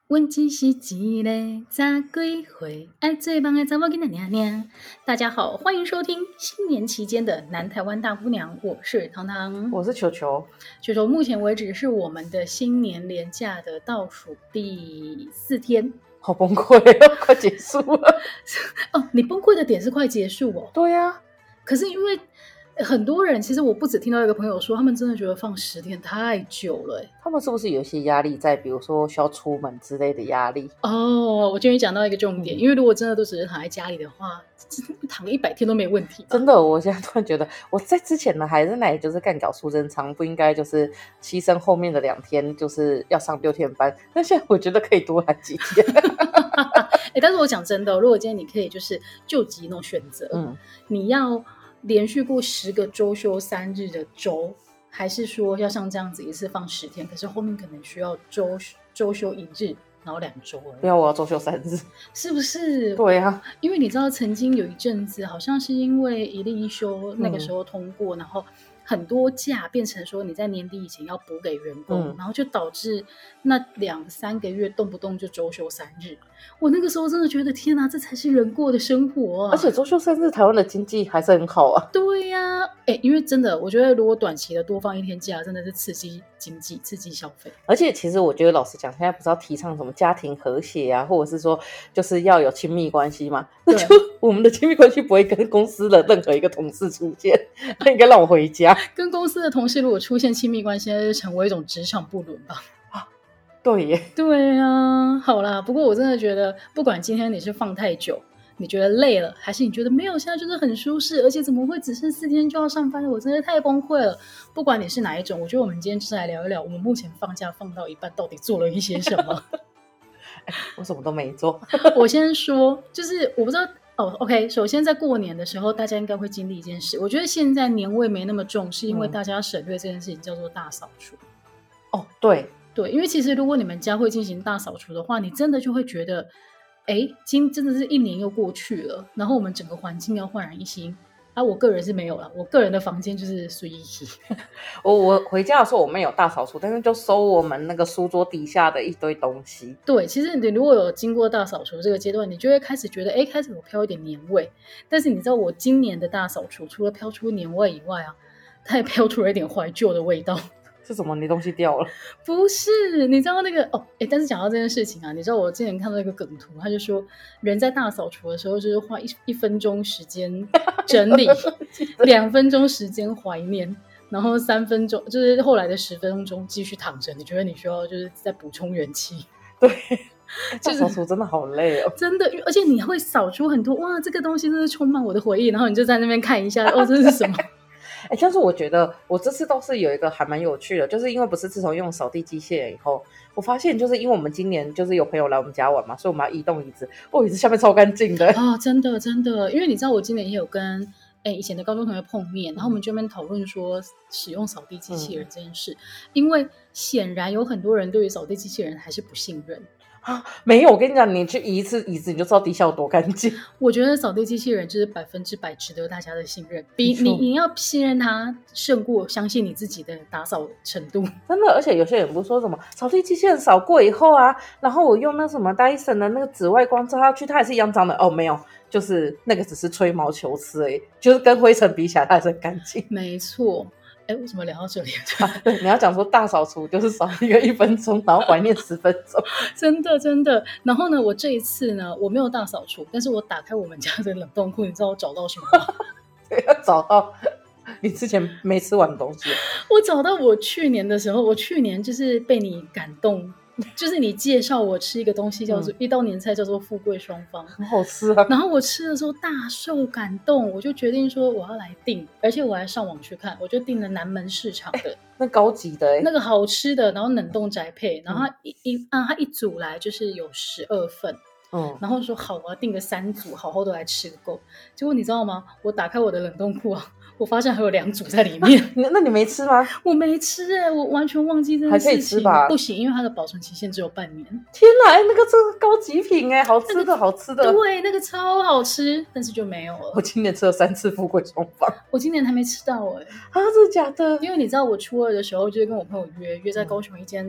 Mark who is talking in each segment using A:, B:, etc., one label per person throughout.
A: 阮只是一个十几岁爱做梦的查某囡仔娘娘。大家好，欢迎收听新年期间的南台湾大姑娘，我是糖糖，
B: 我是球球。
A: 球球，目前为止是我们的新年连假的倒数第4天，
B: 好崩溃哦，快结束了。
A: 哦，你崩溃的点是快结束哦。
B: 对呀，
A: 可是因为很多人，其实我不止听到一个朋友说，他们真的觉得放10天太久了。
B: 他们是不是有一些压力在，比如说需要出门之类的压力？
A: 哦，我觉得你讲到一个重点，因为如果真的都只是躺在家里的话，躺100天都没问题。
B: 真的，我现在突然觉得，我在之前呢还在那里就是干搞苏贞昌，不应该就是牺牲后面的2天，就是要上6天班。但现在我觉得可以多来几天。
A: 但是我讲真的，如果今天你可以就是就急那种选择，你要连续过10个周休3日的周，还是说要像这样子一次放10天，可是后面可能需要周休1日，然后2周而已。
B: 不要，我要周休3日，
A: 是不是？
B: 对啊，
A: 因为你知道曾经有一阵子好像是因为一例一休那个时候通过，然后很多假变成说你在年底以前要补给员工，然后就导致那2-3个月动不动就周休3日。我那个时候真的觉得天哪，这才是人过的生活啊！
B: 而且周休3日，台湾的经济还是很好啊。
A: 对呀，因为真的，我觉得如果短期的多放1天假，真的是刺激经济、刺激消费。
B: 而且其实我觉得，老实讲，现在不是要提倡什么家庭和谐啊，或者是说就是要有亲密关系吗？那就我们的亲密关系不会跟公司的任何一个同事出现，那应该让我回家。
A: 跟公司的同事如果出现亲密关系，那就成为一种职场不伦吧。
B: 对耶，
A: 对啊，好啦，不过我真的觉得，不管今天你是放太久，你觉得累了，还是你觉得没有，现在就是很舒适，而且怎么会只剩4天就要上班了？我真的太崩溃了。不管你是哪一种，我觉得我们今天就是来聊一聊，我们目前放假放到一半，到底做了一些什么。
B: 我什么都没做。
A: 我先说，就是我不知道OK，首先在过年的时候，大家应该会经历一件事。我觉得现在年味没那么重，是因为大家省略这件事情，叫做大扫除。
B: 哦，对，
A: 因为其实如果你们家会进行大扫除的话，你真的就会觉得，真的是1年又过去了，然后我们整个环境要焕然一新。我个人是没有了，我个人的房间就是随意。
B: 我回家的时候我们有大扫除，但是就收我们那个书桌底下的一堆东西。
A: 对，其实你如果有经过大扫除这个阶段，你就会开始觉得，开始有飘一点年味。但是你知道我今年的大扫除，除了飘出年味以外啊，它也飘出了一点怀旧的味道。
B: 是什么？你东西掉了？
A: 不是，你知道那个但是讲到这件事情啊，你知道我之前看到一个梗图，他就说人在大扫除的时候，就是花一分钟时间整理，2分钟时间怀念，然后3分钟就是后来的10分钟继续躺着。你觉得你需要就是再补充元气？
B: 对，大扫除真的好累哦，
A: 真的，而且你会扫出很多哇，这个东西真的充满我的回忆，然后你就在那边看一下，这是什么？
B: 但是我觉得我这次倒是有一个还蛮有趣的，就是因为不是自从用扫地机器人以后，我发现就是因为我们今年就是有朋友来我们家玩嘛，所以我们要移动椅子，椅子下面超干净的
A: 真的真的，因为你知道我今年也有跟以前的高中同学碰面，然后我们就在那边讨论说使用扫地机器人这件事，因为显然有很多人对于扫地机器人还是不信任。
B: 没有，我跟你讲，你去移一次椅子，你就知道底下有多干净。
A: 我觉得扫地机器人就是100%值得大家的信任，比你要信任它胜过相信你自己的打扫程度。
B: 真的，而且有些人不是说什么扫地机器人扫过以后啊，然后我用那什么 Dyson 的那个紫外光照下去，它也是一样脏的。没有，就是那个只是吹毛求疵而已，就是跟灰尘比起来，它还是很干净。
A: 没错。为什么聊到这里？
B: 对，你要讲说大扫除就是扫一个1分钟，然后怀念10分钟。
A: 真的真的。然后呢，我这一次呢，我没有大扫除，但是我打开我们家的冷冻库，你知道我找到什么吗？
B: 对，要找到你之前没吃完的东西。
A: 我找到我去年的时候，我去年就是被你感动，就是你介绍我吃一个东西叫做一道年菜叫做富贵双方，
B: 很好吃啊。
A: 然后我吃的时候大受感动，我就决定说我要来订，而且我还上网去看，我就订了南门市场的
B: 那高级的
A: 那个好吃的，然后冷冻宅配，然后它一组来就是有12份。然后说好，我要订个3组，好好的来吃个够。结果你知道吗？我打开我的冷冻库啊，我发现还有2组在里面。
B: 那你没吃吗？
A: 我没吃我完全忘记这件事情。
B: 还可以吃吧？
A: 不行，因为它的保存期限只有半年。
B: 天哪，那个这是高级品好吃的，好吃的。
A: 对，那个超好吃，但是就没有了。
B: 我今年吃了3次富贵双方，
A: 我今年还没吃到
B: 真的假的？
A: 因为你知道我初2的时候就是跟我朋友约在高雄一间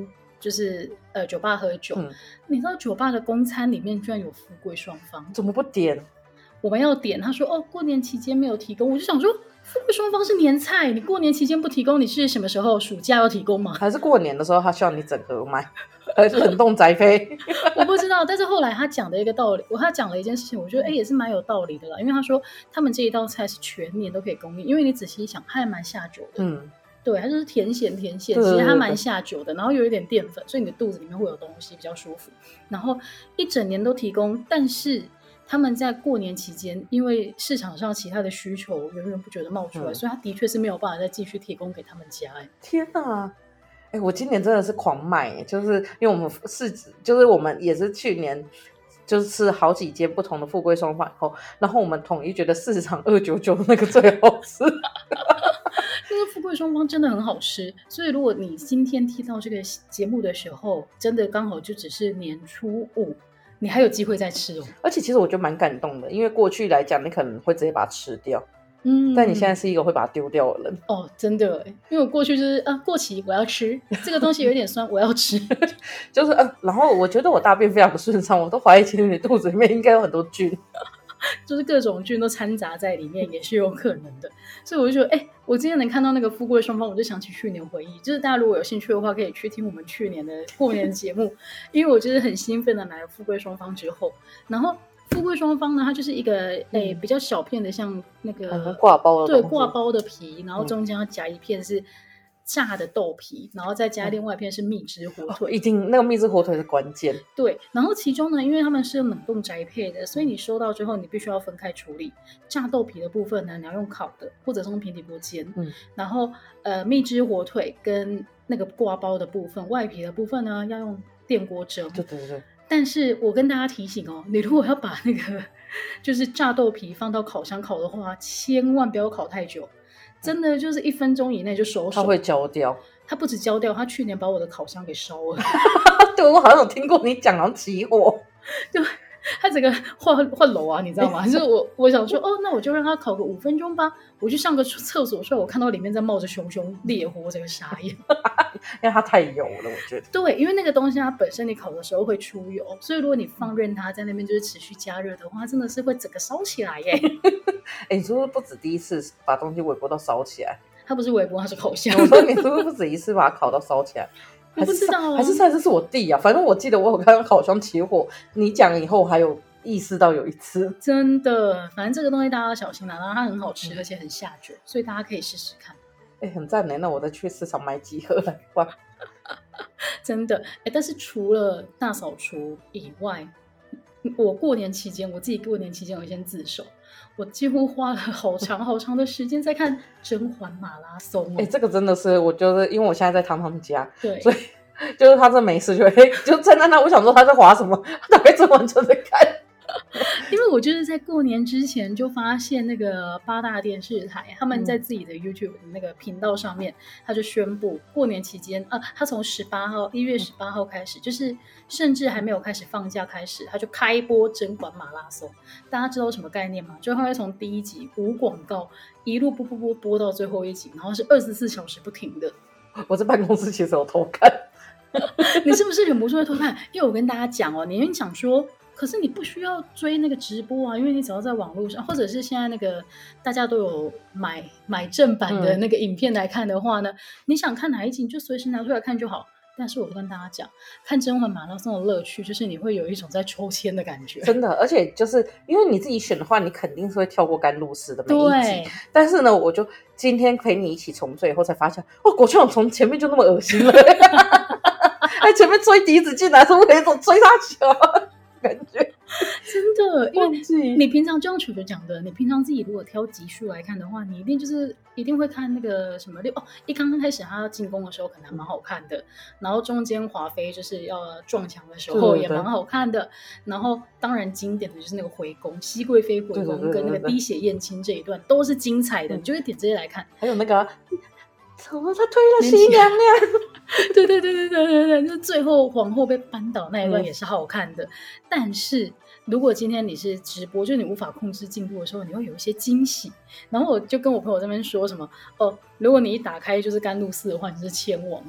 A: 就是酒吧喝酒，
B: 嗯，
A: 你知道酒吧的公餐里面居然有富贵双方，
B: 怎么不点？
A: 我们要点，他说过年期间没有提供，我就想说富贵双方是年菜，你过年期间不提供，你是什么时候暑假要提供吗？
B: 还是过年的时候他需要你整盒卖，还是冷冻宅配？
A: 我不知道，但是后来他讲的一个道理，他讲了一件事情，我觉得也是蛮有道理的啦，因为他说他们这一道菜是全年都可以供应，因为你仔细一想，它还蛮下酒的，对，它就是甜咸，其实它蛮下酒的，然后有一点淀粉，所以你的肚子里面会有东西，比较舒服。然后一整年都提供，但是他们在过年期间，因为市场上其他的需求源源不绝的冒出来，所以他的确是没有办法再继续提供给他们家。
B: 天哪！我今年真的是狂买，就是因为我们就是我们也是去年就是吃好几间不同的富贵双方以后，然后我们统一觉得市场299的那个最好吃。
A: 这个富贵双方真的很好吃，所以如果你今天听到这个节目的时候，真的刚好就只是年初5，你还有机会再吃哦。
B: 而且其实我觉得蛮感动的，因为过去来讲你可能会直接把它吃掉，但你现在是一个会把它丢掉的人。
A: 真的耶，因为我过去就是过期我要吃，这个东西有点酸我要吃。
B: 就是然后我觉得我大便非常的顺畅，我都怀疑其实你肚子里面应该有很多菌。
A: 就是各种菌都掺杂在里面也是有可能的，所以我就觉得我今天能看到那个富贵双方，我就想起去年回忆，就是大家如果有兴趣的话可以去听我们去年的过年的节目，因为我就是很兴奋的买了富贵双方之后，然后富贵双方呢它就是一个比较小片的像那个
B: 挂包的，
A: 对，挂包的皮，然后中间要夹一片是炸的豆皮，然后再加另外一片是蜜汁火腿，
B: 一定那个蜜汁火腿是关键。
A: 对，然后其中呢，因为他们是冷冻宅配的，所以你收到之后你必须要分开处理。炸豆皮的部分呢，你要用烤的，或者是用平底锅煎。然后蜜汁火腿跟那个挂包的部分，外皮的部分呢，要用电锅蒸。
B: 对。
A: 但是我跟大家提醒你如果要把那个就是炸豆皮放到烤箱烤的话，千万不要烤太久。真的就是1分钟以内就熟，
B: 它会焦掉。
A: 它不止焦掉，它去年把我的烤箱给烧了。
B: 对，我好像有听过你讲，好像起火。
A: 对，它整个换楼啊，你知道吗？就是我想说，那我就让它烤个5分钟吧。我去上个厕所出来，我看到里面在冒着熊熊烈火，这个傻眼。
B: 因为它太油了，我觉得。
A: 对，因为那个东西它本身你烤的时候会出油，所以如果你放任它在那边就是持续加热的话，它真的是会整个烧起来耶。
B: 你是不是不止第一次把东西微波到烧起来？
A: 它不是微波，它是烤箱。
B: 我说你是不是不止一次把它烤到烧起来？
A: 我不知道
B: 还是上一次是我弟啊？反正我记得我有看到烤箱起火，你讲以后还有意识到有一次。
A: 真的，反正这个东西大家要小心啦，然后它很好吃，而且很下酒，所以大家可以试试看。
B: 很赞耶，那我再去市场买几盒来放。
A: 真的但是除了大扫除以外，我过年期间，我自己过年期间我先自首，我几乎花了好长的时间在看甄嬛马拉松。
B: 这个真的是我就是因为我现在在汤汤家，
A: 对，
B: 所以就是他这没事就站在那，我想说他在滑什么，他会这么就在看。
A: 因为我就是在过年之前就发现那个8大电视台他们在自己的 YouTube 的那个频道上面，他就宣布过年期间他从1月18号开始，就是甚至还没有开始放假开始，他就开播甄嬛马拉松。大家知道什么概念吗？就他会从第一集无广告一路播到最后一集，然后是24小时不停的。
B: 我在办公室其实有偷看。
A: 你是不是忍不住会偷看？因为我跟大家讲你想说可是你不需要追那个直播啊，因为你只要在网络上，或者是现在那个大家都有买正版的那个影片来看的话呢，你想看哪一集你就随时拿出来看就好。但是我跟大家讲，看甄嬛马拉松的乐趣就是你会有一种在抽签的感觉，
B: 真的，而且就是因为你自己选的话，你肯定是会跳过甘露寺的每一集。但是呢，我就今天陪你一起重追以后才发现，果劝我从前面就那么恶心了。前面追笛子进来是为了一种追他球感觉。
A: 真的，因为你平常就像球球讲的，你平常自己如果挑集数来看的话，你一定会看那个什么一刚开始他要进攻的时候可能还蛮好看的，然后中间华妃就是要撞墙的时候也蛮好看的，然后当然经典的就是那个回宫熹贵妃回宫跟那个滴血验亲这一段都是精彩的，你就会点这些来看。
B: 还有那个他推了新娘娘。
A: 对，就是最后皇后被扳倒那一段也是好看的。但是如果今天你是直播，就是你无法控制进度的时候，你会有一些惊喜。然后我就跟我朋友这边说什么如果你一打开就是甘露寺的话，你是千王。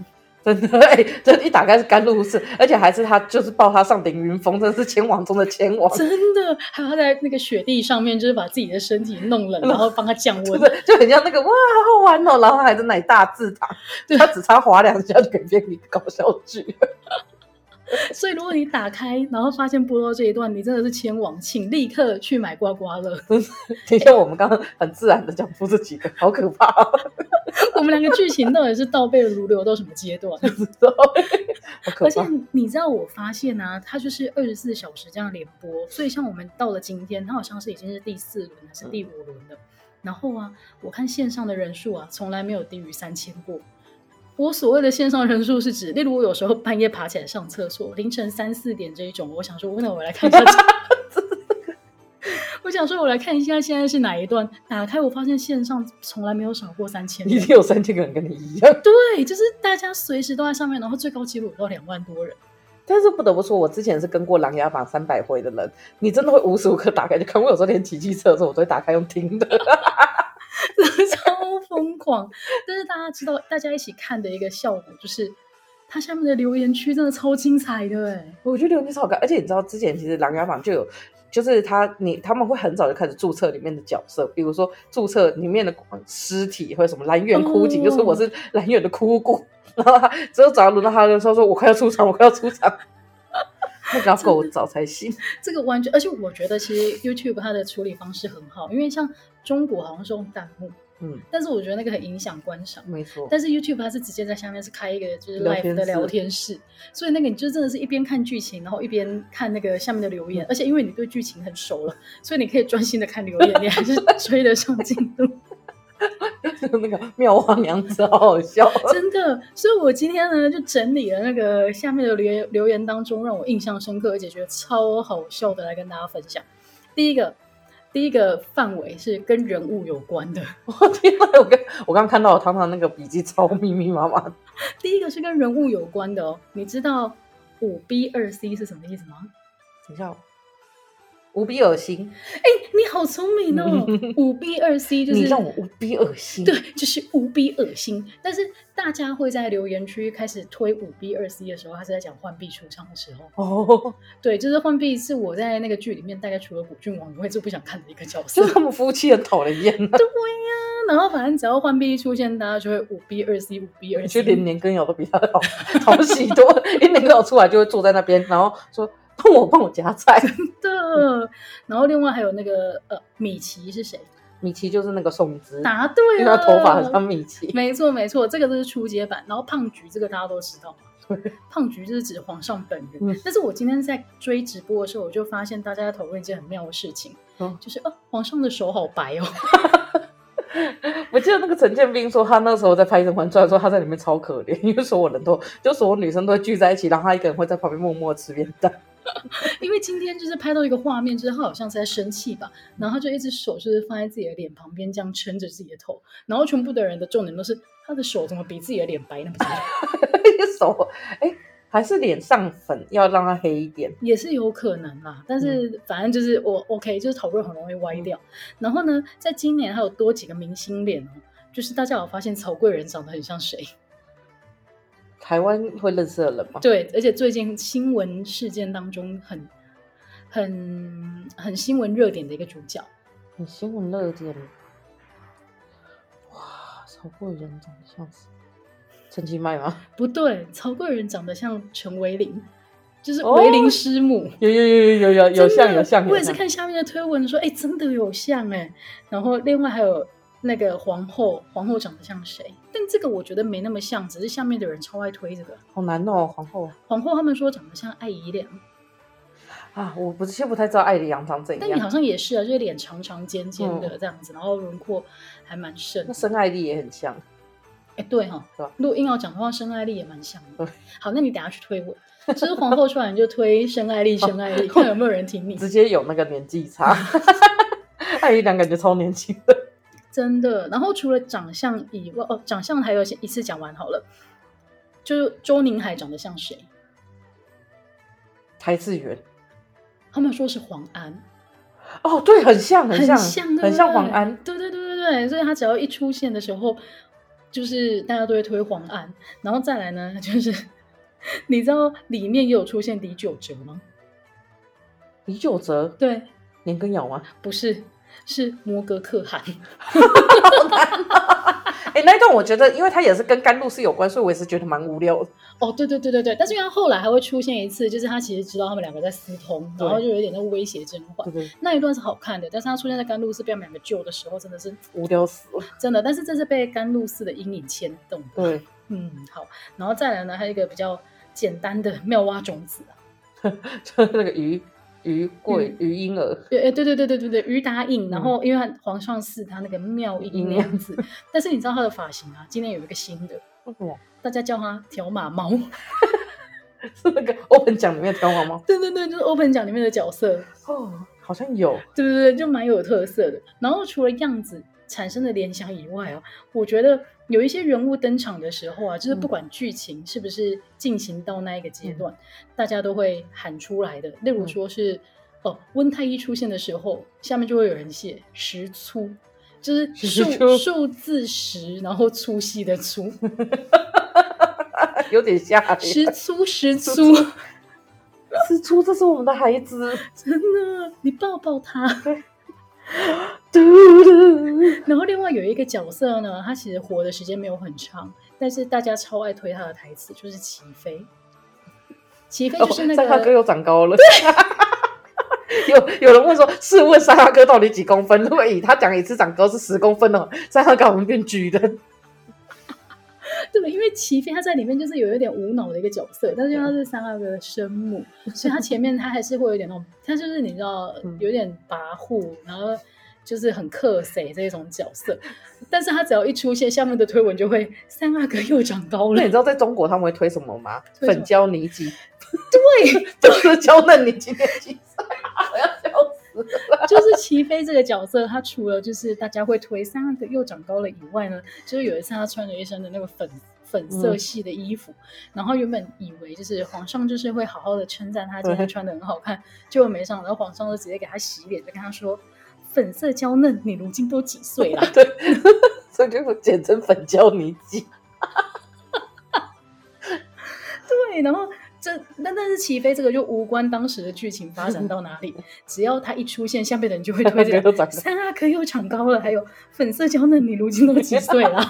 B: 真的这一打开是甘露寺，而且还是他就是抱他上顶云峰，真的是前王中的前王，
A: 真的。还有他在那个雪地上面，就是把自己的身体弄冷，然后帮他降温，
B: 就很像那个哇，好好玩哦。然后还在那里大字堂，他只差滑2下就可以变一个搞笑剧。
A: 所以如果你打开然后发现播到这一段，你真的是千王，请立刻去买刮刮乐。
B: 的确我们刚刚很自然的讲出这几个，好可怕
A: 我们两个剧情到底是倒背如流到什么阶段？
B: 不知道好可怕。
A: 而且你知道我发现啊，它就是24小时这样连播，所以像我们到了今天，它好像是已经是第4轮还是第5轮了。然后啊，我看线上的人数啊，从来没有低于3000过。我所谓的线上人数是指，例如我有时候半夜爬起来上厕所，凌晨3、4点这一种，我想说，那我来看一下我想说我来看一下现在是哪一段，打开我发现线上从来没有少过3000人，
B: 一定有3000个人跟你一样。
A: 对，就是大家随时都在上面，然后最高纪录有到2万多人。
B: 但是不得不说，我之前是跟过琅琊榜300回的人，你真的会无时无刻打开就看。我有时候连骑机车的时候，我都会打开用听的。
A: 超疯狂。但是大家知道，大家一起看的一个效果就是，它下面的留言区真的超精彩的哎！
B: 我觉得留言区超好看，而且你知道之前其实琅琊榜就有，就是他们会很早就开始注册里面的角色，比如说注册里面的尸体或者什么蓝月枯井，就是我是蓝月的枯骨，然后他只有找到轮到他的时候说我快要出场，我快要出场。那个要够早才行。
A: 这个完全，而且我觉得其实 YouTube 它的处理方式很好，因为像中国好像是用弹幕，但是我觉得那个很影响观赏，
B: 没错。
A: 但是 YouTube 它是直接在下面是开一个就是 live 的聊天室，所以那个你就真的是一边看剧情，然后一边看那个下面的留言，而且因为你对剧情很熟了，所以你可以专心的看留言，你还是追得上进度。
B: 那个妙蛙娘子好好笑，
A: 真的。所以我今天呢就整理了那个下面的留言当中让我印象深刻而且觉得超好笑的来跟大家分享。第一个范围是跟人物有关的。
B: 我天哪，我刚看到我堂堂那个笔记超密密麻麻。
A: 第一个是跟人物有关的哦。你知道 5B2C 是什么意思吗？
B: 等一下，无比恶心。
A: 你好聪明哦。5B2C 就是
B: 你让我无比恶心。
A: 对，就是无比恶心。但是大家会在留言区开始推 5B2C 的时候，他是在讲浣碧出场的时候。对，就是浣碧是我在那个剧里面大概除了古俊王以外最不想看的一个角色，
B: 就是他们夫妻很讨人厌。对
A: 呀，然后反正只要浣碧一出现，大家就会 5B2C。
B: 就连年羹尧都比他好喜多。因为年羹尧出来就会坐在那边，然后说帮我夹菜。
A: 真的。然后另外还有那个米奇是谁？
B: 米奇就是那个宋芝。
A: 答对了，
B: 因为他头发很像米奇。
A: 没错没错，这个都是初阶版。然后胖菊这个大家都知道嘛，胖菊就是指皇上本人。但是我今天在追直播的时候，我就发现大家在讨论一件很妙的事情，就是皇上的手好白哦。
B: 我记得那个陈建斌说，他那时候在拍《甄嬛传》的时候，他在里面超可怜，因为所有女生都会聚在一起，然后他一个人会在旁边默默吃便当。
A: 因为今天就是拍到一个画面，就是他好像是在生气吧，然后他就一只手就是放在自己的脸旁边，这样撑着自己的头，然后全部的人的重点都是他的手怎么比自己的脸白那么多。
B: 手还是脸上粉要让它黑一点，
A: 也是有可能啦。但是反正就是我 OK， 就是讨论很容易歪掉。然后呢，在今年还有多几个明星脸哦，就是大家有发现曹贵人长得很像谁？
B: 台湾会认识的人吗？
A: 对，而且最近新闻事件当中很新闻热点的一个主角。
B: 很新闻热点？哇，曹贵人长得像是陈其迈吗？
A: 不对，曹贵人长得像陈维玲，就是维玲师母。
B: 有像。
A: 我也是看下面的推文说，真的有像哎。然后另外还有那个皇后长得像谁？但这个我觉得没那么像，只是下面的人超爱推这个。
B: 好难哦，皇后
A: 他们说长得像艾怡良
B: 啊，我其实不太知道艾怡良长怎样。
A: 但你好像也是啊，就是脸长长尖尖的这样子，然后轮廓还蛮深。
B: 那申艾丽也很像。
A: 对哈，如果硬要讲的话，申艾丽也蛮像的。好，那你等下去推我，就是皇后出来你就推申艾丽，看有没有人挺你。
B: 直接有那个年纪差。艾怡良感觉超年轻的。
A: 真的。然后除了长相以外，长相还有一次讲完好了，就是周宁海长得像谁？
B: 台志远。
A: 他们说是黄安。
B: 对，很像
A: 很像
B: 黄安。
A: 对，所以他只要一出现的时候， 就是大家都会推黄安，然后再来呢，就是你知道里面也有出现李玖哲吗？
B: 李玖哲，
A: 对，
B: 年羹尧吗？
A: 不是，是摩格可汗。
B: 那一段我觉得，因为他也是跟甘露寺有关，所以我也是觉得蛮无聊的。
A: 哦，对，但是因为他后来还会出现一次，就是他其实知道他们两个在私通，然后就有点在威胁甄嬛。
B: 对，
A: 那一段是好看的，但是他出现在甘露寺被他们两个救的时候，真的是
B: 无聊死了，
A: 真的。但是这是被甘露寺的阴影牵动的。
B: 对，
A: 好，然后再来呢，还有一个比较简单的妙蛙种子
B: 就是那个于婴儿，
A: 对，于答应。然后因为皇上是他那个妙音那样子，但是你知道他的发型啊，今天有一个新的，
B: 为什么？
A: 大家叫他条码猫。
B: 是那个 Open 奖里面的条码猫？
A: 对，就是 Open 奖里面的角色。
B: 哦，好像有。
A: 对，就蛮有特色的。然后除了样子产生的联想以外啊，我觉得有一些人物登场的时候啊，就是不管剧情是不是进行到那一个阶段，大家都会喊出来的。例如说是温太医出现的时候，下面就会有人写10粗，就是数字10，然后粗细的粗。
B: 有点吓人。
A: 10粗10粗，
B: 这是我们的孩子，
A: 真的，你抱抱他。然后另外有一个角色呢，他其实活的时间没有很长，但是大家超爱推他的台词，就是齐飞。齐飞就是那个
B: 三阿哥又长高了。有人问说，试问三阿哥到底几公分？如果以他讲一次长高是10公分的话，三阿哥我们变巨人。
A: 对，因为齐飞他在里面就是有一点无脑的一个角色，但是因为他是三阿哥的生母，所以他前面他还是会有点那种，他就是你知道有点跋扈，然后就是很克谁这种角色。但是他只要一出现，下面的推文就会三阿哥又长高了。
B: 那你知道在中国他们会推什么吗？粉胶泥鸡。
A: 对，
B: 就是娇嫩你今天几岁？我要笑死了。
A: 就是齐飞这个角色，他除了就是大家会推三阿哥又长高了以外呢，就是有一次他穿了一身的那个粉色系的衣服，然后原本以为就是皇上就是会好好的称赞他今天穿的很好看，结果没想到皇上就直接给他洗脸，就跟他说粉色娇嫩，你如今都几岁了？
B: 对，所以就简称粉胶泥鸡。
A: 对，然后但是齐飞这个就无关当时的剧情发展到哪里，只要他一出现，下面的人就会推这个三阿哥又长高了，还有粉色娇嫩，你如今都几岁了？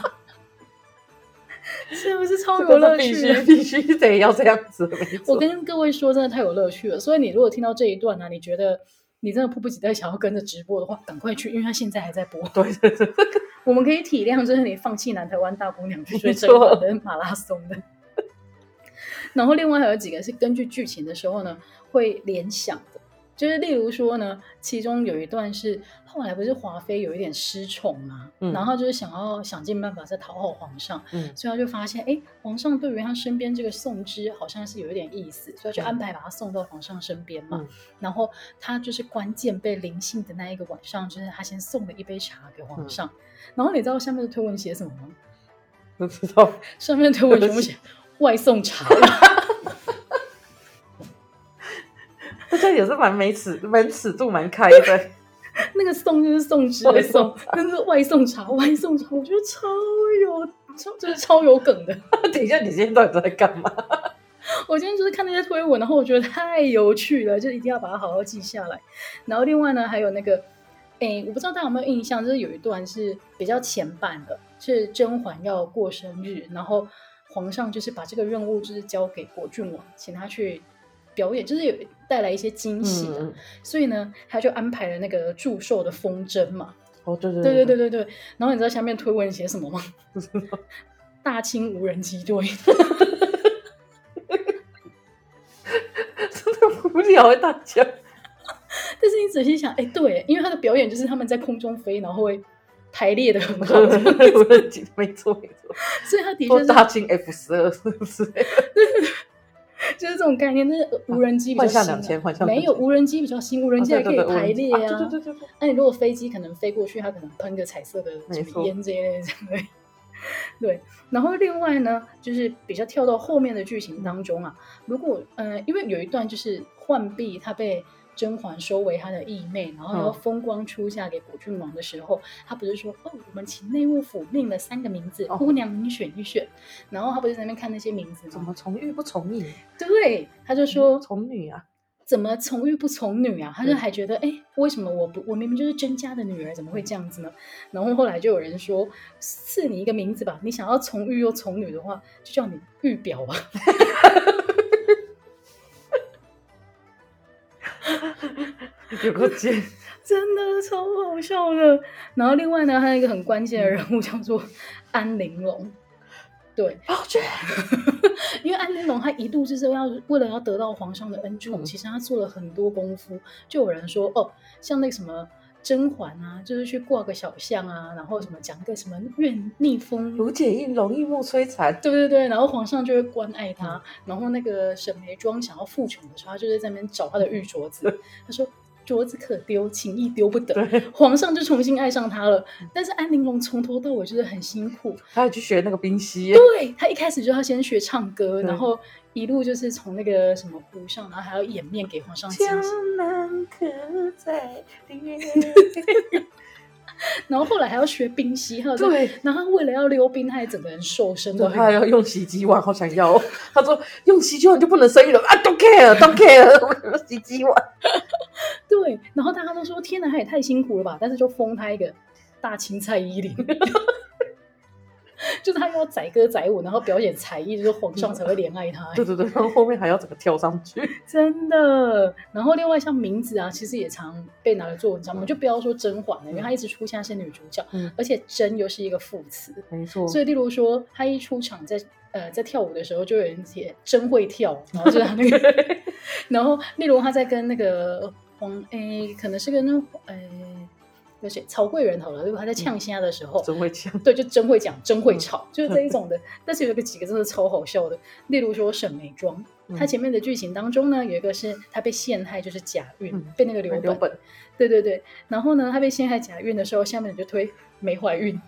A: 是不是超有乐趣的？
B: 必须得要这样子。
A: 我跟各位说，真的太有乐趣了。所以你如果听到这一段呢，你觉得你真的迫不及待想要跟着直播的话，赶快去，因为他现在还在播。
B: 对，
A: 我们可以体谅，就是你放弃南台湾大姑娘去追甄嬛的马拉松的。然后另外还有几个是根据剧情的时候呢，会联想的，就是例如说呢，其中有一段是后来不是华妃有一点失宠嘛，然后就是想尽办法在讨好皇上，所以他就发现，皇上对于他身边这个宋之好像是有一点意思，所以就安排把他送到皇上身边嘛。然后他就是关键被临幸的那一个晚上，就是他先送了一杯茶给皇上，然后你知道下面的推文写什么吗？
B: 不知道，
A: 上面的推文全部写外送茶。
B: 这也是蛮尺度蛮开的。
A: 那个送就是送之的送，那是外送茶，我觉得超有梗的。
B: 等一下，你今天到底在干嘛？
A: 我今天就是看那些推文，然后我觉得太有趣了，就一定要把它好好记下来。然后另外呢，还有那个，我不知道大家有没有印象，就是有一段是比较前版的，是甄嬛要过生日，然后皇上就是把这个任务就是交给果郡王，请他去表演，就是有带来一些惊喜的，所以呢，他就安排了那个祝寿的风筝嘛。
B: 哦，对。
A: 然后你知道下面推文写什么吗？
B: 不知道。
A: 大清无人机队。
B: 真的无聊大家。
A: 但是你仔细想，对，因为他的表演就是他们在空中飞，然后会排列的很好。
B: 没错。
A: 所以他的确是
B: 大清 F12之类的。
A: 就是这种概念，但是无人机比较新，没有无人机比较新，无人机还可以排列啊。
B: 对。
A: 那你如果飞机可能飞过去，它可能喷个彩色的烟这一类的。对。然后另外呢，就是比较跳到后面的剧情当中啊，如果因为有一段就是浣碧她被甄嬛收为她的义妹，然后要风光出嫁给果郡王的时候，他不是说我们请内务府命了3个名字，姑娘你选一选，然后他不是在那边看那些名字吗？
B: 怎么从玉不从女？
A: 对，他就说
B: 从女啊。
A: 怎么从玉不从女啊？他就还觉得，为什么我明明就是甄家的女儿，怎么会这样子呢？然后后来就有人说，赐你一个名字吧，你想要从玉又从女的话，就叫你玉表吧。
B: 有个贱，
A: 真的超好笑的。然后另外呢，还有一个很关键的人物叫做安陵容。对，因为安陵容她一度就是为了要得到皇上的恩宠，其实她做了很多功夫。就有人说像那个什么甄嬛啊，就是去挂个小巷啊，然后什么讲个什么愿逆风
B: 如解应龙，一目摧残。
A: 对对对，然后皇上就会关爱她。然后那个沈眉庄想要复宠的时候，她就在那边找她的玉镯子，她说镯子可丢，情意丢不得。皇上就重新爱上她了。但是安陵容从头到尾就是很辛苦，
B: 她要去学那个冰溪。
A: 对，她一开始就要先学唱歌，然后一路就是从那个什么湖上，然后还要掩面给皇上惊喜。
B: 江南可在列。
A: 然后后来还要学冰溪，
B: 对，
A: 然后他为了要溜冰，他还整个人瘦身的，
B: 他还要用洗肌碗，好想要。他说用洗肌碗就不能生育了啊 ！Don't care，Don't care， 洗肌碗。
A: 对，然后大家都说天哪，他也太辛苦了吧，但是就封他一个大青菜依林。就是他要载歌载舞，然后表演才艺，就是皇上才会怜爱他。
B: 对对对，然后后面还要整个跳上去，
A: 真的。然后另外像名字啊，其实也常被拿来做文章。我们就不要说甄嬛了，因为她一直出现是女主角，而且甄又是一个副词，
B: 没错。
A: 所以例如说，她一出场在跳舞的时候，就有人写真会跳，然后就是她那个，然后例如她在跟那个可能是跟有谁曹贵人好了，如果他在呛虾的时候，
B: 真会呛，
A: 对，就真会讲，真会吵，就是这一种的。但是有几个真的超好笑的，例如说沈眉庄，他前面的剧情当中呢，有一个是他被陷害，就是假孕，被那个刘本，对对对，然后呢，他被陷害假孕的时候，下面就推没怀孕。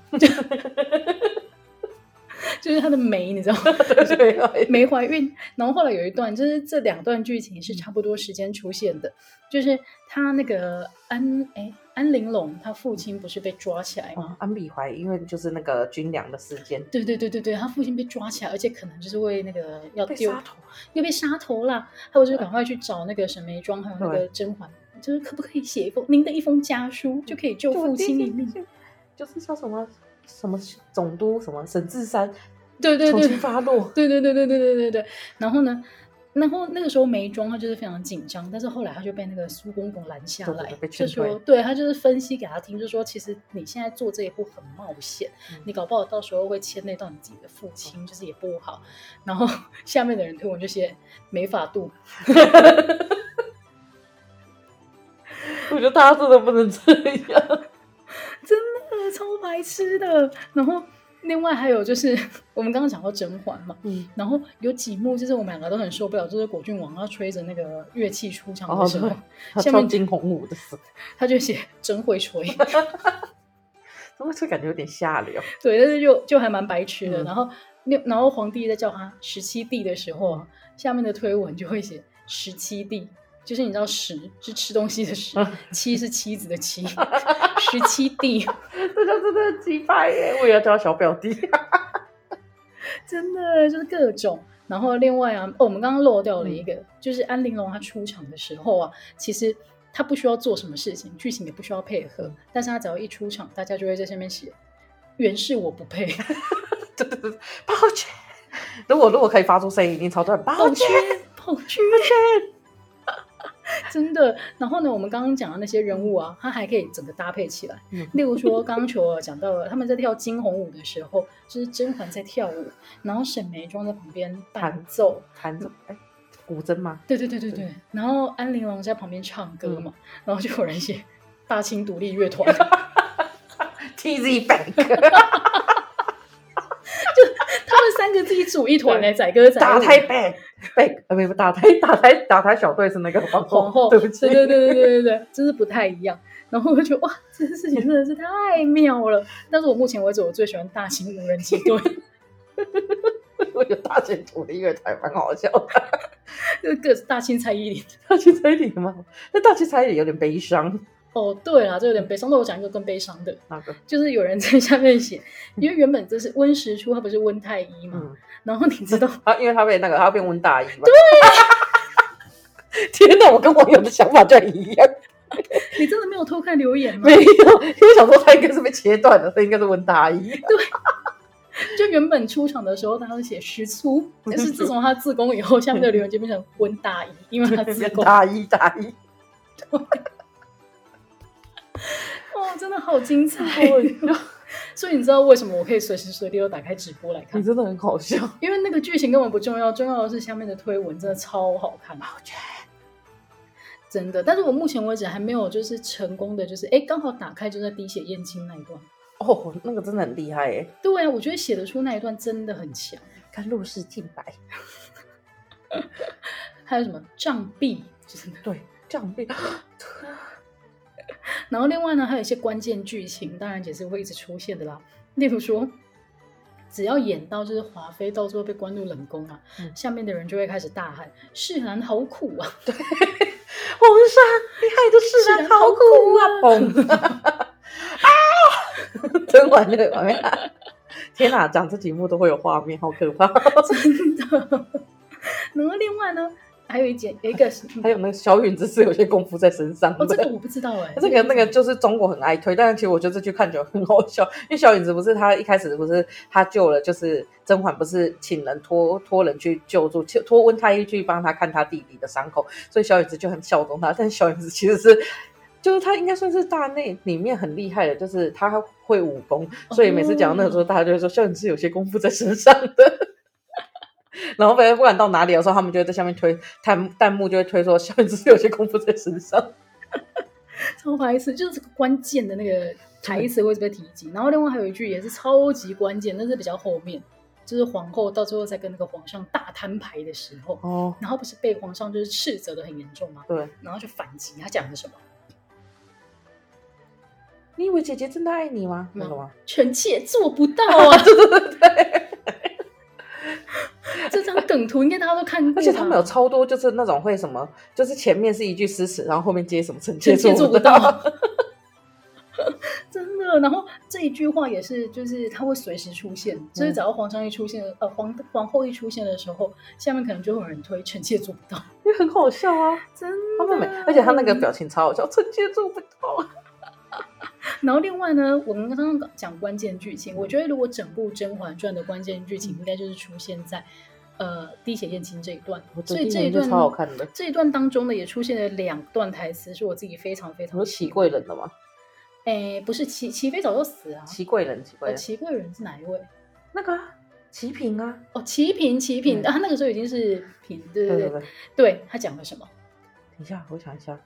A: 就是她的梅，你知道吗？没怀孕。然后后来有一段，就是这2段剧情是差不多时间出现的，就是他那个安陵容，他父亲不是被抓起来吗？
B: 安比怀，因为就是那个军粮的事件。
A: 对对对对对，他父亲被抓起来，而且可能就是为那个要丢
B: 杀头，
A: 又被杀头啦。还有就是赶快去找那个沈眉庄，还有那个甄嬛，就是可不可以写您的一封家书，就可以救父亲一命？
B: 就是叫什么总督什么沈志山，
A: 对对对，
B: 重新发落，
A: 对对对对对对对对。然后呢，然后那个时候眉庄他就是非常紧张，但是后来他就被那个苏公公拦下来，就说对他就是分析给他听，就说其实你现在做这一步很冒险，你搞不好到时候会牵累到你自己的父亲，就是也不好。然后下面的人推文就写没法度。
B: 我觉得大家真的不能这样。
A: 真的超白痴的。然后另外还有就是我们刚刚讲到甄嬛嘛，然后有几幕就是我们2个都很受不了，就是果郡王要吹着那个乐器出场的时候，
B: 他跳惊鸿舞的时候，
A: 他就写真会吹。
B: 真会吹感觉有点下流。
A: 对，但是就还蛮白痴的。然后皇帝在叫他17弟的时候，下面的推文就会写17弟。就是你知道10是吃东西的10，妻是妻子的妻，17弟，
B: 这就真的很鸡掰耶！我也要叫他小表弟，
A: 真的就是各种。然后另外啊，我们刚刚漏掉了一个，就是安陵容她出场的时候啊，其实她不需要做什么事情，剧情也不需要配合，但是她只要一出场，大家就会在下面写原是我不配。
B: 对对对，抱歉。如果可以发出声音，一定超多人抱歉，
A: 抱歉。真的。然后呢，我们刚刚讲的那些人物啊，他还可以整个搭配起来。例如说，刚刚球儿讲到了，他们在跳惊鸿舞的时候，就是甄嬛在跳舞，然后沈眉庄在旁边弹奏，
B: 古筝吗？
A: 对对对对对。然后安陵容在旁边唱歌嘛，然后就有人写大清独立乐团
B: ，TZ Bank。
A: 就他们3个自己组一团来载歌载舞，
B: 打台 Bank，没有打台小队是那个皇后，对不起，
A: 对，真是不太一样。然后我就觉得哇，这件事情真的是太妙了。但是我目前为止我最喜欢大清无人机队。
B: 我觉得大清独立乐团蛮好笑的。
A: 就个大青菜一林。
B: 大青菜里吗？那大青菜里有点悲伤。
A: 哦，对啦，这有点悲伤。那我讲一个更悲伤的，
B: 哪个？
A: 就是有人在下面写，因为原本这是温实初，他不是温太医嘛，然后你知道，
B: 因为他被他要变温大医嘛。对。天哪，我跟网友的想法就一样。
A: 你真的没有偷看留言吗？
B: 没有，因为想说他应该是被切断了，他应该是温大医。
A: 对。就原本出场的时候，他会写实粗，但是自从他自宫以后，下面的留言就变成温大医，因为他自宫。
B: 大医。对。
A: 哦，真的好精彩。所以你知道为什么我可以随时随地都打开直播来看？
B: 你真的很好笑，
A: 因为那个剧情根本不重要，重要的是下面的推文真的超好看。真的，但是我目前为止还没有就是成功的，就是刚好打开就在滴血验亲那一段。
B: 哦，那个真的很厉害耶。
A: 对啊，我觉得写得出那一段真的很强。
B: 看入世净白。
A: 还有什么杖臂，就是
B: 对杖臂。
A: 然后另外呢，还有一些关键剧情，当然也是会一直出现的啦。例如说，只要演到就是华妃到最后被关入冷宫啊，下面的人就会开始大喊：“世兰好苦啊！”对，
B: 皇上，你害的世兰好苦啊！嘣！啊！真完了，完了！天哪，讲这几幕都会有画面，好可怕！
A: 真的。然后另外呢，还有一个
B: 还有那个小允子是有些功夫在身上的。
A: 这个我不知道
B: 这个那个就是中国很爱推，但是其实我觉得这剧看起来很好笑，因为小允子不是他一开始不是他救了，就是甄嬛不是请人托人去救助，托温太医去帮他看他弟弟的伤口，所以小允子就很效忠他。但是小允子其实是就是他应该算是大内里面很厉害的，就是他会武功，所以每次讲到那个时候，大家就会说小允子有些功夫在身上的。然后不管到哪里的时候，他们就会在下面推弹幕，就会推说小允子是有些功夫在身上。
A: 超白痴，就是这个关键的那个台词会被提及。然后另外还有一句也是超级关键，但是比较后面，就是皇后到最后在跟那个皇上大摊牌的时候，然后不是被皇上就是斥责的很严重吗？
B: 对，
A: 然后就反击，他讲的什么？
B: 你以为姐姐真的爱你吗？那个吗？
A: 臣妾做不到啊！对。这张梗图应该大家都看过，
B: 而且他们有超多就是那种会什么，就是前面是一句诗词，然后后面接什么臣妾做不到。
A: 真的。然后这一句话也是，就是他会随时出现，就是只要皇上一出现，皇后一出现的时候，下面可能就会有人推臣妾做不到，
B: 因为很好笑啊，
A: 真的。
B: 而且他那个表情超好笑，臣妾做不到。
A: 然后另外呢，我们刚刚讲关键剧情，我觉得如果整部《甄嬛传》的关键剧情应该就是出现在滴血验亲这一段，所以这一段
B: 超好看的。
A: 这一段当中呢，也出现了2段台词，是我自己非常非常。
B: 有祺贵人的吗？
A: 不是齐妃早就死啊。
B: 祺贵人
A: 是哪一位？
B: 那个齐嫔啊。
A: 齐嫔，他那个时候已经是嫔，对，他讲了什么？
B: 等一下，我想一下。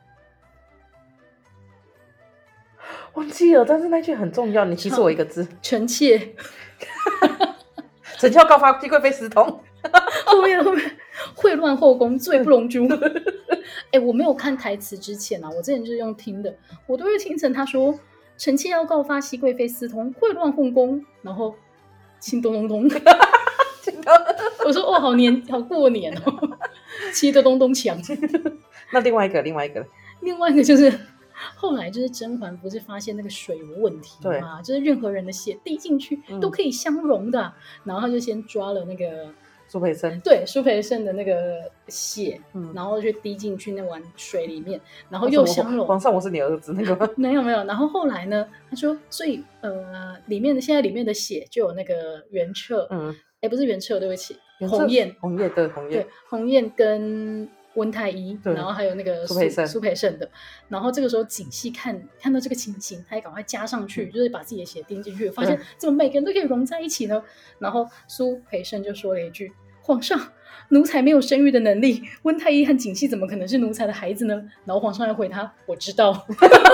B: 忘记了，但是那句很重要，你提示我一个字。
A: 臣妾。
B: 臣妾要告发熹贵妃私通。
A: 后面秽乱后宫，罪不容诛。我没有看台词之前啊，我之前就是用听的，我都会听成他说臣妾要告发熹贵妃私通，秽乱后宫，然后亲咚咚咚。我说好过年哦，骑的咚咚锵。
B: 那另外一个
A: 就是后来就是甄嬛不是发现那个水有问题嘛，就是任何人的血滴进去都可以相溶的，然后他就先抓了那个
B: 苏培盛，
A: 对，苏培盛的那个血，然后就滴进去那碗水里面，然后又相溶。
B: 皇上，我是你儿子那个吗？
A: 没有。然后后来呢，他说，所以现在里面的血就有那个元彻，不是元彻，对不起，鸿雁
B: 对，
A: 鸿雁跟温太医，然后还有那个苏培盛的。然后这个时候景熙看到这个情形，他也赶快加上去，就是把自己的血滴进去，发现怎么每个人都可以融在一起呢？然后苏培盛就说了一句：“皇上，奴才没有生育的能力，温太医和景熙怎么可能是奴才的孩子呢？”然后皇上又回他：“我知道。”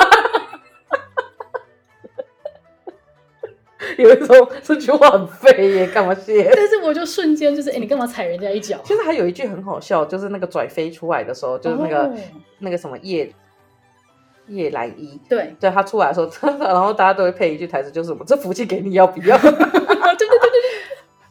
B: 有一种这句话很废耶，干嘛写？
A: 但是我就瞬间就是，你干嘛踩人家一脚？
B: 其实还有一句很好笑，就是那个拽飞出来的时候，就是那个什么叶澜依，
A: 对
B: 他出来的时候，然后大家都会配一句台词，就是什么这福气给你要不要？
A: 对。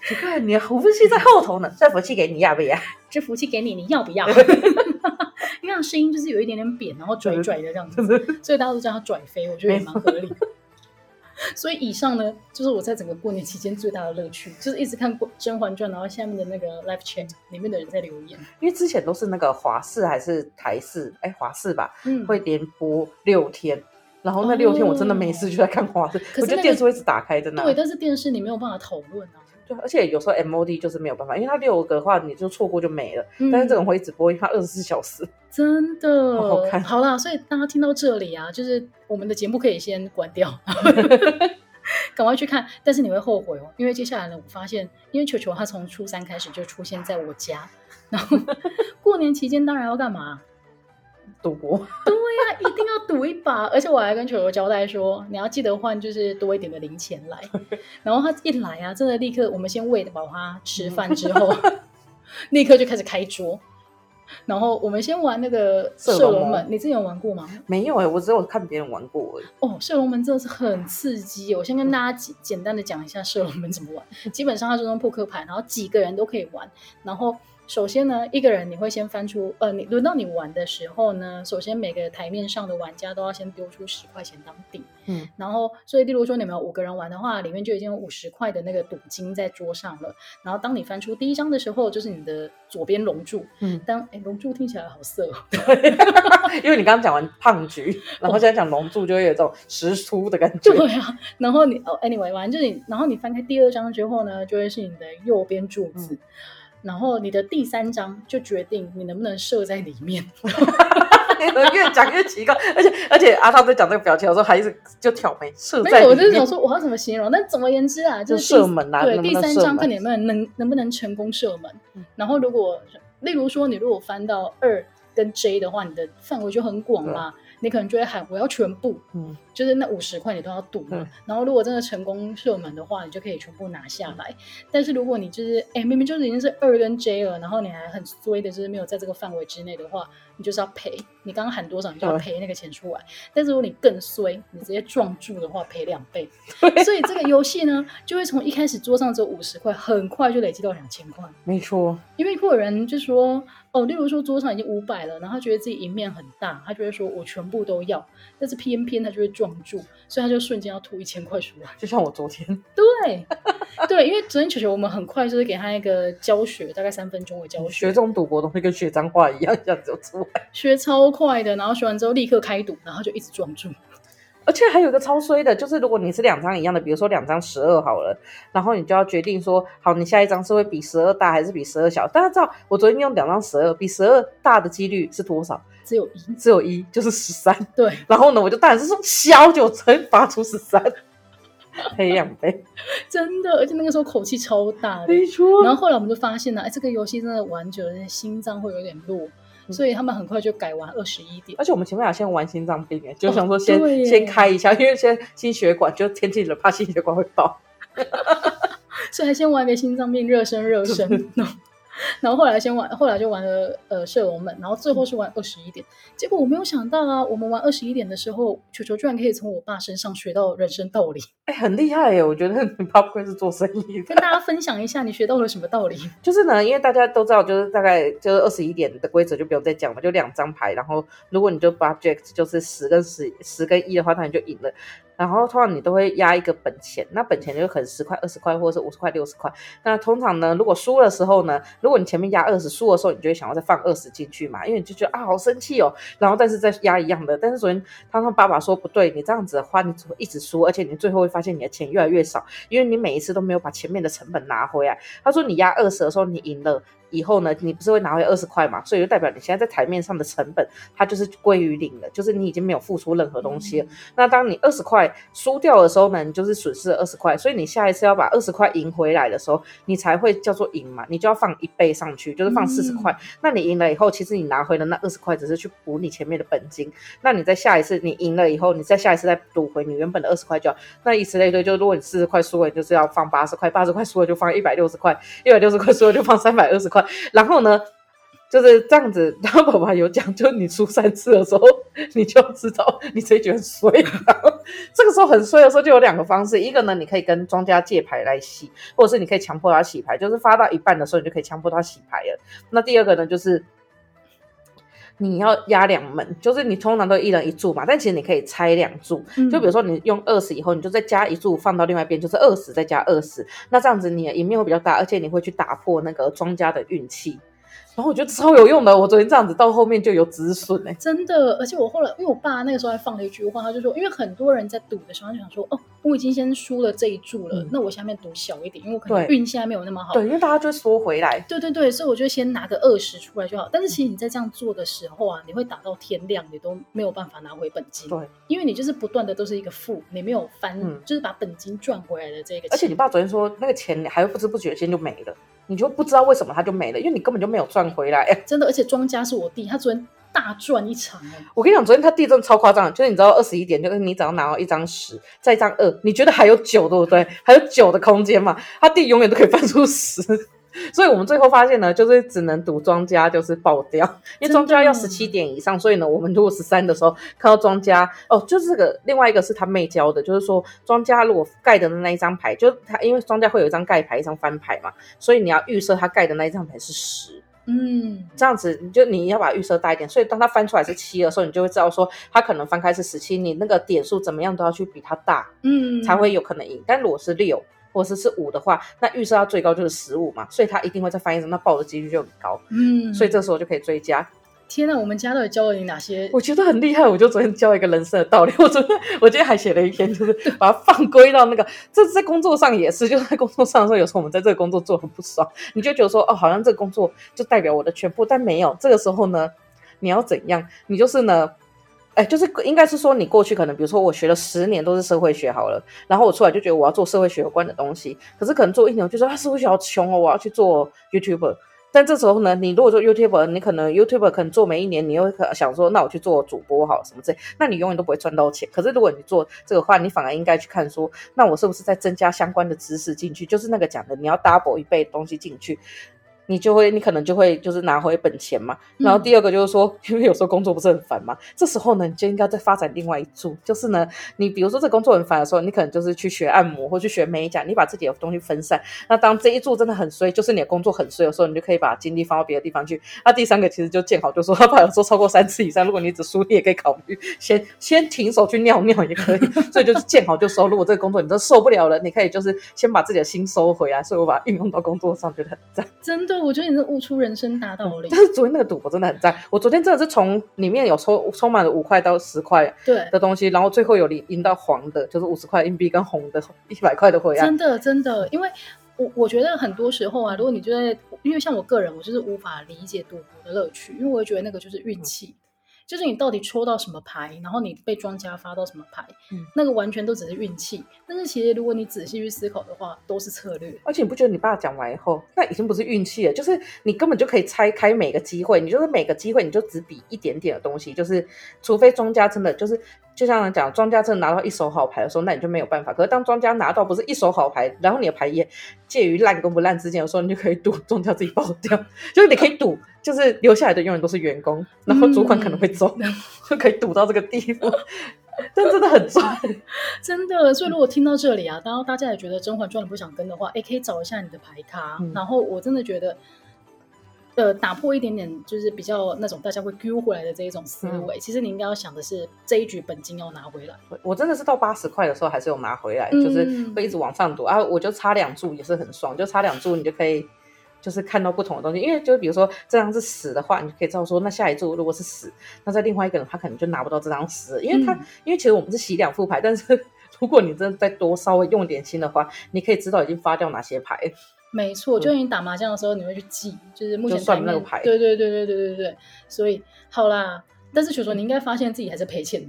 B: 奇怪，你的福气在后头呢，这福气给你要不要？
A: 这福气给你，你要不要？因为他声音就是有一点点扁，然后拽拽的这样子，所以大家都叫他拽飞，我觉得也蛮合理的。所以以上呢，就是我在整个过年期间最大的乐趣，就是一直看《甄嬛传》，然后下面的那个 live chat 里面的人在留言。
B: 因为之前都是那个华视还是台视，华视吧，会连播6天。然后那6天我真的没事就在看华视，我觉得电视会一直打开，真的。
A: 对，但是电视你没有办法讨论啊。
B: 对，而且有时候 MOD 就是没有办法，因为它6个的话你就错过就没了。但是这种会一直播，因为它24小时。
A: 真的
B: 好好看。
A: 好啦，所以大家听到这里啊，就是我们的节目可以先关掉，赶快去看。但是你会后悔哦，因为接下来呢，我发现，因为球球他从初3开始就出现在我家，然后过年期间当然要干嘛？
B: 赌博。
A: 对呀，一定要赌一把，而且我还跟球球交代说，你要记得换就是多一点的零钱来。然后他一来啊，真的立刻我们先喂饱他吃饭之后，立刻就开始开桌。然后我们先玩那个射龙门，你之前有玩过吗？
B: 没有我只有看别人玩过而已。
A: 哦，射龙门真的是很刺激。我先跟大家简单的讲一下射龙门怎么玩。基本上它是用扑克牌，然后几个人都可以玩。然后首先呢，一个人你会先翻出，你轮到你玩的时候呢，首先每个台面上的玩家都要先丢出10块钱当底。然后所以例如说你们有5个人玩的话，里面就已经有50块的那个赌金在桌上了。然后当你翻出第一张的时候，就是你的左边龙柱。龙柱听起来好色哦。
B: 因为你刚刚讲完胖局，然后现在讲龙柱就会有这种实出的感觉。
A: 对啊，然后你anyway 反正就是你，然后你翻开第2张之后呢，就会是你的右边柱子。然后你的第3张就决定你能不能射在里面。
B: 你越讲越奇怪，而且阿汤在讲这个表情的时候，还一直就挑眉射在里面。
A: 没有，我就是想说我要怎么形容，但总而言之啊，就是
B: 射门啊，
A: 对，第3张看你能不能成功射门。然后例如说你如果翻到2跟 J 的话，你的范围就很广啦。你可能就会喊我要全部，就是那50块你都要赌嘛。然后如果真的成功射门的话，你就可以全部拿下来。但是如果你就是明明就是已经是2跟 J 了，然后你还很衰的就是没有在这个范围之内的话，你就是要赔。你刚刚喊多少，你就要赔那个钱出来。但是如果你更衰，你直接撞柱的话，赔2倍。所以这个游戏呢，就会从一开始桌上只有50块，很快就累积到2000块。
B: 没错，
A: 因为会有人就说例如说桌上已经500了，然后他觉得自己赢面很大，他就会说我全部都要，但是偏他就会撞柱，所以他就瞬间要吐1000块出来。
B: 就像我昨天。
A: 对，因为昨天球球我们很快就是给他一个教学，大概3分钟的教学。
B: 学这种赌博东西跟学脏话一样，这样子就出来。
A: 学超快的，然后学完之后立刻开赌，然后就一直撞柱。
B: 而且还有一个超衰的，就是如果你是2张一样的，比如说2张12好了，然后你就要决定说，好，你下一张是会比12大还是比12小？大家知道我昨天用2张12，比12大的几率是多少？
A: 只有1，
B: 只有1，就是13。
A: 对，
B: 然后呢，我就当然是说小就乘发出13，赔2倍，
A: 真的，而且那个时候口气超大的，
B: 没错。
A: 然后后来我们就发现了，这个游戏真的玩久了，心脏会有点弱。所以他们很快就改完21点，
B: 而且我们前面好像玩心脏病就想说先开一下，因为现在心血管就天气冷，怕心血管会爆，
A: 所以还先玩个心脏病热身。然后后来就玩了射龙门，然后最后是玩21点。结果我没有想到啊，我们玩21点的时候，球球居然可以从我爸身上学到人生道理。
B: 很厉害耶！我觉得你爸不愧是做生意的。
A: 跟大家分享一下，你学到了什么道理？
B: 就是呢，因为大家都知道，就是大概就是21点的规则就不用再讲了，就2张牌，然后如果你就把 Jack 就是10跟1的话，那你就赢了。然后通常你都会压一个本钱，那本钱就可能10块、20块，或者是50块、60块。那通常呢，如果输的时候呢，如果你前面压20，输的时候你就会想要再放20进去嘛，因为你就觉得好生气哦。然后但是再压一样的，但是昨天他爸爸说不对，你这样子的话，你只会一直输，而且你最后会发现你的钱越来越少，因为你每一次都没有把前面的成本拿回来。他说你压20的时候你赢了以后呢，你不是会拿回20块嘛？所以就代表你现在在台面上的成本，它就是归于0了，就是你已经没有付出任何东西了。那当你20块输掉的时候呢，你就是损失了20块，所以你下一次要把20块赢回来的时候，你才会叫做赢嘛，你就要放1倍上去，就是放40块。那你赢了以后，其实你拿回了那20块，只是去补你前面的本金。那你在下一次你赢了以后，你再下一次再赌回你原本的20块就好。那以此类推，就如果你40块输了，你就是要放80块，80块输了就放160块，160块输了就放320块。然后呢， 就是这样子。然后爸爸有讲，就是你出3次的时候，你就知道你这一局很衰。然后这个时候很衰的时候，就有2个方式，一个呢，你可以跟庄家借牌来洗，或者是你可以强迫他洗牌，就是发到一半的时候，你就可以强迫他洗牌了。那第二个呢，就是你要压2门，就是你通常都1人1注嘛，但其实你可以拆2注，就比如说你用20以后，你就再加1注放到另外一边，就是20再加20，那这样子你的赢面会比较大，而且你会去打破那个庄家的运气。然后我觉得超有用的，我昨天这样子到后面就有止损
A: 真的。而且我后来，因为我爸那个时候还放了一句话，他就说，因为很多人在赌的时候，他就想说，哦，我已经先输了这一注了，那我下面赌小一点，因为我可能运现在没有那么好。
B: 对，因为大家就会缩回来。
A: 对对对，所以我就先拿个20出来就好。但是其实你在这样做的时候啊，你会打到天亮，你都没有办法拿回本金。
B: 对，
A: 因为你就是不断的都是一个负，你没有翻，就是把本金赚回来的这个钱。
B: 而且你爸昨天说那个钱还会不知不觉间就没了。你就不知道为什么它就没了，因为你根本就没有赚回来。
A: 真的，而且庄家是我弟，他昨天大赚一场。
B: 我跟你讲，昨天他弟真的超夸张的，就是你知道21点，就是你只要拿到1张10，再1张2，你觉得还有9，对不对？还有9的空间嘛？他弟永远都可以翻出10。所以我们最后发现呢，就是只能赌庄家就是爆掉，因为庄家要17点以上，所以呢，我们如果13的时候看到庄家就是这个，另外一个是他妹教的，就是说庄家如果盖的那一张牌，就是他因为庄家会有1张盖牌，1张翻牌嘛，所以你要预设他盖的那一张牌是10。这样子你要把预设大一点，所以当他翻出来是7的时候，你就会知道说他可能翻开是17，你那个点数怎么样都要去比他大，才会有可能赢。但如果是6或者是5的话，那预设它最高就是15嘛，所以他一定会再翻一张，那爆的几率就很高。所以这时候就可以追加。
A: 天哪，我们家到底教了你哪些？
B: 我觉得很厉害，我就昨天教一个人生的道理。我今天还写了一篇，就是把它放归到那个，这在工作上也是，就是在工作上的时候，有时候我们在这个工作做很不爽，你就觉得说好像这个工作就代表我的全部，但没有。这个时候呢，你要怎样？你就是呢。就是应该是说你过去可能比如说我学了10年都是社会学好了，然后我出来就觉得我要做社会学有关的东西，可是可能做1年我就说社会学好穷我要去做 YouTuber。但这时候呢，你如果做 YouTuber， 你可能 YouTuber 可能做没1年，你又会想说那我去做主播好什么之类，那你永远都不会赚到钱。可是如果你做这个话，你反而应该去看说，那我是不是再增加相关的知识进去，就是那个讲的你要 double 1倍的东西进去，你可能就会就是拿回本钱嘛。然后第二个就是说，因为有时候工作不是很烦嘛，这时候呢你就应该再发展另外一注，就是呢你比如说这工作很烦的时候，你可能就是去学按摩或去学美甲，你把自己的东西分散。那当这一注真的很衰，就是你的工作很衰的时候，你就可以把精力放到别的地方去。那第3个其实就见好就收，他把有时候超过3次以上，如果你只输，你也可以考虑先停手去尿尿也可以。所以就是见好就收，如果这个工作你真的受不了了，你可以就是先把自己的心收回来。所以我把它运用到工作上，觉得很赞。
A: 真的，我觉得你是悟出人生大道理。
B: 但是昨天那个赌博真的很赞，我昨天真的是从里面有充满了5块到10块的东西，然后最后有赢到黄的，就是50块硬币跟红的100块的回来。
A: 真的，因为我觉得很多时候啊，如果你就在，因为像我个人，我就是无法理解赌博的乐趣，因为我会觉得那个就是运气。就是你到底抽到什么牌，然后你被庄家发到什么牌，那个完全都只是运气。但是其实如果你仔细去思考的话，都是策略。
B: 而且你不觉得你爸讲完以后，那已经不是运气了，就是你根本就可以拆开每个机会，你就是每个机会你就只比一点点的东西，就是除非庄家真的就是就像讲庄家真的拿到1手好牌的时候，那你就没有办法。可是当庄家拿到不是1手好牌，然后你的牌也介于烂跟不烂之间的时候，你就可以赌庄家自己爆掉，就是你可以赌就是留下来的永远都是员工，然后主管可能会走，就可以赌到这个地步。但真的很赚，
A: 真的。所以如果听到这里啊，大家也觉得甄嬛传不想跟的话，可以找一下你的牌咖。然后我真的觉得打破一点点就是比较那种大家会丢回来的这一种思维，其实你应该要想的是这一局本金要拿回来。
B: 我真的是到80块的时候还是有拿回来，就是会一直往上赌啊。我就差2注也是很爽，就差2注你就可以就是看到不同的东西。因为就比如说这张是10的话，你就可以知道说那下一注如果是10，那在另外一个人他可能就拿不到这张10，因为其实我们是洗2副牌，但是如果你真的再多稍微用点心的话，你可以知道已经发掉哪些牌。
A: 没错，就是你打麻将的时候你会去记，就是目前
B: 就算那个牌。
A: 对，所以好啦。但是球球你应该发现自己还是赔钱的。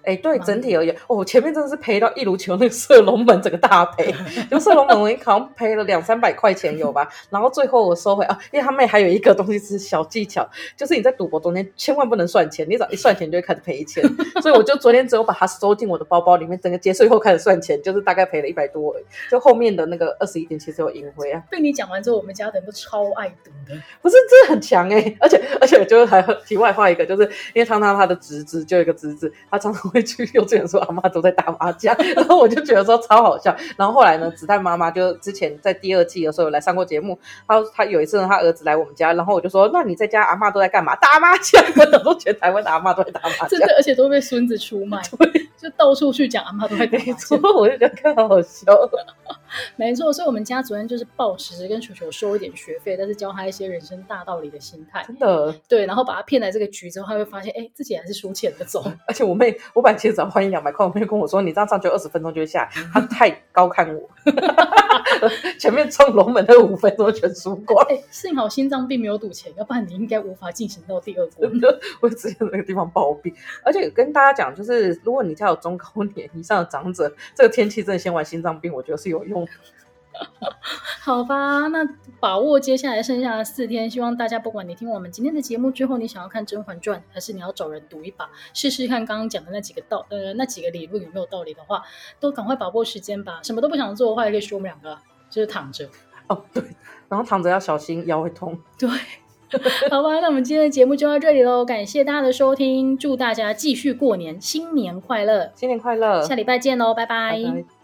B: 对，整体而言，我前面真的是赔到一如球那个射龙门整个大赔，就射龙门我好像赔了200-300块钱有吧，然后最后我收回因为他妹还有一个东西是小技巧，就是你在赌博中间千万不能算钱，你只要一算钱就会开始赔钱，所以我就昨天只有把它收进我的包包里面，整个结束以后开始算钱，就是大概赔了100多而已，就后面的那个21点其实有赢回啊。
A: 被你讲完之后，我们家的人都超爱赌的，
B: 不是，真的很强而且就是还题外话一个，就是因为汤汤他的侄子就有一个侄子，他常常会去幼稚园说阿嬷都在打麻将，然后我就觉得说超好笑。然后后来呢，子弹妈妈就之前在第2季的时候有来上过节目，他有一次呢，他儿子来我们家，然后我就说，那你在家阿嬷都在干嘛？打麻将。我想说全台湾的阿嬷都在打麻将，
A: 真的，而且都被孙子出卖，就到处去讲阿嬷都在打麻将。
B: 我就觉得看好笑。
A: 没错，所以我们家昨天就是抱持跟球球收一点学费，但是教他一些人生大道理的心态，
B: 真的。
A: 对，然后把他骗来这个局之后，他会发现自己还是输钱的走。
B: 而且我本来其实只要换200块，我妹跟我说你这样上去20分钟就会下来，她太高看我。前面冲龙门的5分钟全输光。
A: 幸好心脏并没有赌钱，要不然你应该无法进行到第2关。
B: 我直接在那个地方暴毙。而且跟大家讲，就是如果你家有中高年以上的长者，这个天气真的先玩心脏病，我觉得是有用的。
A: 好吧，那把握接下来剩下的4天，希望大家不管你听我们今天的节目之后，你想要看《甄嬛传》，还是你要找人赌一把，试试看刚刚讲的那几个理论有没有道理的话，都赶快把握时间吧。什么都不想做的话，也可以学我们2个，就是躺着。
B: 对，然后躺着要小心腰会痛。
A: 对。好吧，那我们今天的节目就到这里咯，感谢大家的收听，祝大家继续过年，新年快乐，
B: 新年快乐，
A: 下礼拜见咯，拜拜。
B: 拜拜。